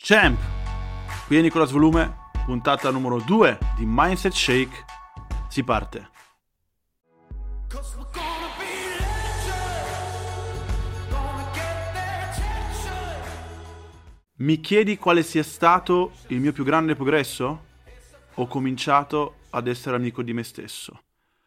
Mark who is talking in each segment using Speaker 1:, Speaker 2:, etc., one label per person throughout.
Speaker 1: Champ, qui è Nicola Volume, puntata numero 2 di Mindset Shake, si parte. Mi chiedi quale sia stato il mio più grande progresso? Ho cominciato ad essere amico di me stesso.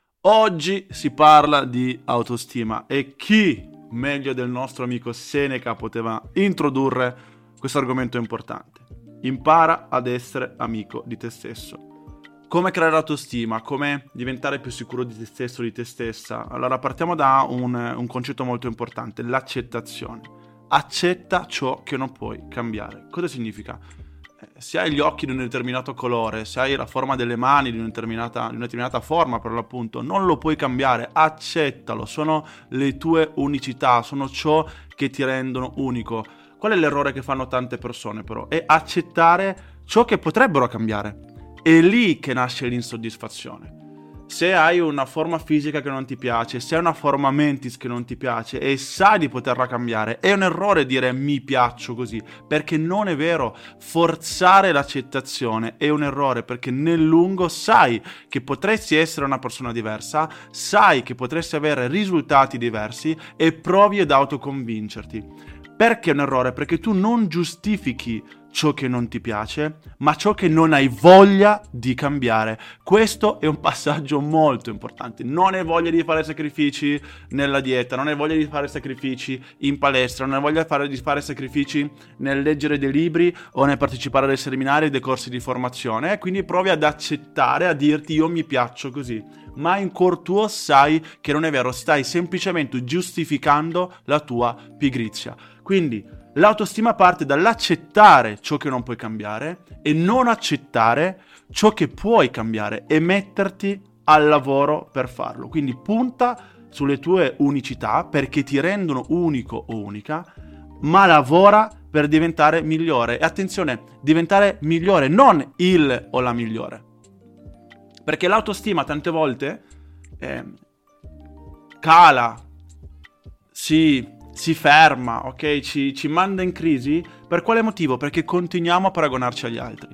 Speaker 1: Oggi si parla di autostima e chi meglio del nostro amico Seneca poteva introdurre questo argomento importante. Impara ad essere amico di te stesso. Come creare autostima? Come diventare più sicuro di te stesso, di te stessa? Allora partiamo da un concetto molto importante, l'accettazione. Accetta ciò che non puoi cambiare. Cosa significa? Se hai gli occhi di un determinato colore, se hai la forma delle mani di una determinata forma per l'appunto, non lo puoi cambiare, accettalo, sono le tue unicità, sono ciò che ti rendono unico. Qual è l'errore che fanno tante persone però? È accettare ciò che potrebbero cambiare. È lì che nasce l'insoddisfazione. Se hai una forma fisica che non ti piace, se hai una forma mentis che non ti piace e sai di poterla cambiare, è un errore dire mi piaccio così, perché non è vero. Forzare l'accettazione è un errore, perché nel lungo sai che potresti essere una persona diversa, sai che potresti avere risultati diversi e provi ad autoconvincerti. Perché è un errore? Perché tu non giustifichi ciò che non ti piace, ma ciò che non hai voglia di cambiare. Questo è un passaggio molto importante. Non hai voglia di fare sacrifici nella dieta, non hai voglia di fare sacrifici in palestra, non hai voglia di fare sacrifici nel leggere dei libri o nel partecipare a dei seminari e dei corsi di formazione. Quindi provi ad accettare, a dirti io mi piaccio così. Ma in cuor tuo sai che non è vero, stai semplicemente giustificando la tua pigrizia. Quindi l'autostima parte dall'accettare ciò che non puoi cambiare e non accettare ciò che puoi cambiare e metterti al lavoro per farlo. Quindi punta sulle tue unicità perché ti rendono unico o unica, ma lavora per diventare migliore. E attenzione, diventare migliore, non il o la migliore. Perché l'autostima tante volte cala, si ferma, ok? Ci manda in crisi. Per quale motivo? Perché continuiamo a paragonarci agli altri.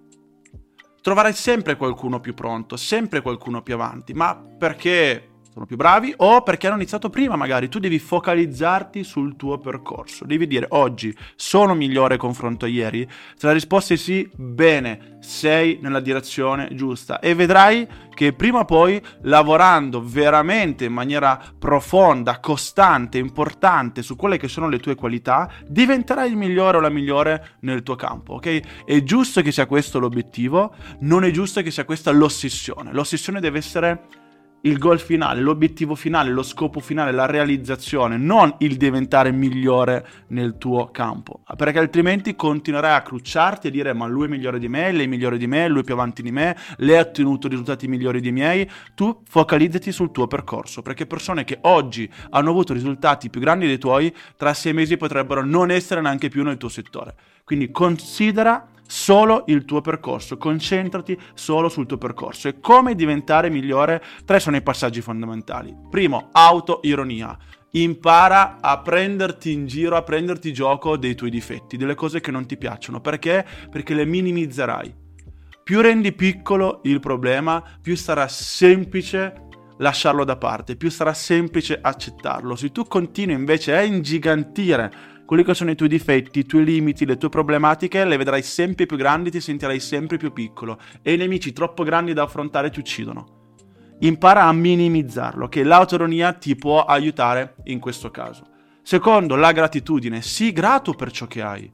Speaker 1: Troverai sempre qualcuno più pronto, sempre qualcuno più avanti, ma perché sono più bravi o perché hanno iniziato prima magari. Tu devi focalizzarti sul tuo percorso. Devi dire oggi sono migliore confronto a ieri? Se la risposta è sì, bene, sei nella direzione giusta e vedrai che prima o poi, lavorando veramente in maniera profonda, costante, importante su quelle che sono le tue qualità, diventerai il migliore o la migliore nel tuo campo, ok? È giusto che sia questo l'obiettivo, non è giusto che sia questa l'ossessione. L'ossessione deve essere il goal finale, l'obiettivo finale, lo scopo finale, la realizzazione, non il diventare migliore nel tuo campo, perché altrimenti continuerai a crucciarti e dire ma lui è migliore di me, lei è migliore di me, lui è più avanti di me, lei ha ottenuto risultati migliori dei miei. Tu focalizzati sul tuo percorso, perché persone che oggi hanno avuto risultati più grandi dei tuoi, tra 6 mesi potrebbero non essere neanche più nel tuo settore. Quindi considera solo il tuo percorso, concentrati solo sul tuo percorso. E come diventare migliore? 3 sono i passaggi fondamentali. Primo, autoironia. Impara a prenderti in giro, a prenderti gioco dei tuoi difetti, delle cose che non ti piacciono. Perché? Perché le minimizzerai. Più rendi piccolo il problema, più sarà semplice lasciarlo da parte, più sarà semplice accettarlo. Se tu continui invece a ingigantire quelli che sono i tuoi difetti, i tuoi limiti, le tue problematiche, le vedrai sempre più grandi, ti sentirai sempre più piccolo e i nemici troppo grandi da affrontare ti uccidono. Impara a minimizzarlo, che l'autoironia ti può aiutare in questo caso. Secondo, la gratitudine. Sii grato per ciò che hai.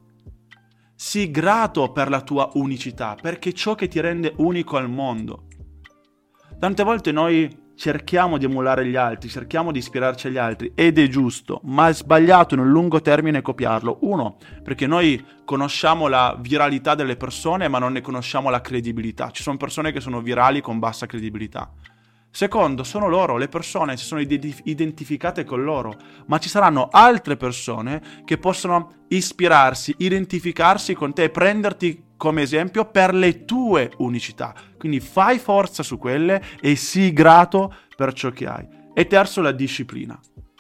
Speaker 1: Sii grato per la tua unicità, perché è ciò che ti rende unico al mondo. Tante volte noi cerchiamo di emulare gli altri, cerchiamo di ispirarci agli altri ed è giusto, ma è sbagliato nel lungo termine copiarlo. Uno, perché noi conosciamo la viralità delle persone ma non ne conosciamo la credibilità. Ci sono persone che sono virali con bassa credibilità. Secondo, sono loro, le persone si sono identificate con loro, ma ci saranno altre persone che possono ispirarsi, identificarsi con te e prenderti come esempio per le tue unicità. Quindi fai forza su quelle e sii grato per ciò che hai. E terzo, la disciplina.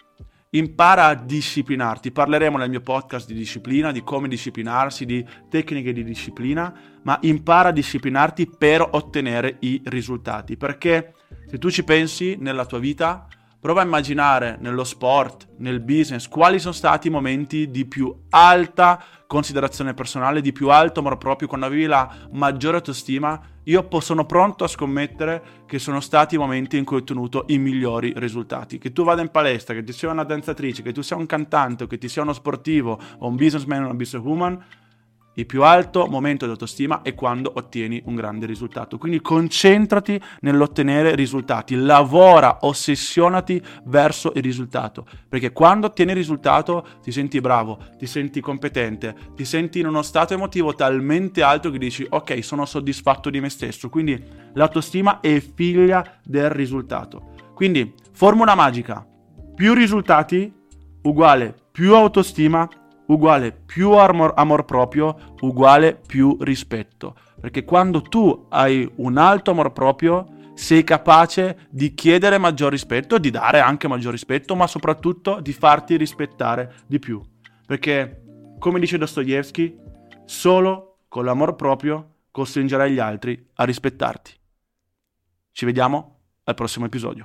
Speaker 1: impara a disciplinarti. Parleremo nel mio podcast di disciplina, di come disciplinarsi, di tecniche di disciplina, ma impara a disciplinarti per ottenere i risultati. Perché se tu ci pensi nella tua vita, prova a immaginare nello sport, nel business, quali sono stati i momenti di più alta considerazione personale, di più alto amor proprio, quando avevi la maggiore autostima. Io sono pronto a scommettere che sono stati i momenti in cui ho ottenuto i migliori risultati. Che tu vada in palestra, che tu sia una danzatrice, che tu sia un cantante, o che ti sia uno sportivo, o un businessman o una businesswoman, il più alto momento di autostima è quando ottieni un grande risultato. Quindi concentrati nell'ottenere risultati, lavora, ossessionati verso il risultato, perché quando ottieni il risultato ti senti bravo, ti senti competente, ti senti in uno stato emotivo talmente alto che dici ok, sono soddisfatto di me stesso. Quindi l'autostima è figlia del risultato. Quindi formula magica: più risultati uguale più autostima uguale più amor proprio, uguale più rispetto. Perché quando tu hai un alto amor proprio, sei capace di chiedere maggior rispetto, di dare anche maggior rispetto, ma soprattutto di farti rispettare di più. Perché, come dice Dostoevsky, solo con l'amor proprio costringerai gli altri a rispettarti. Ci vediamo al prossimo episodio.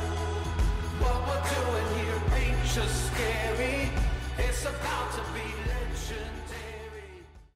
Speaker 2: Just scary, it's about to be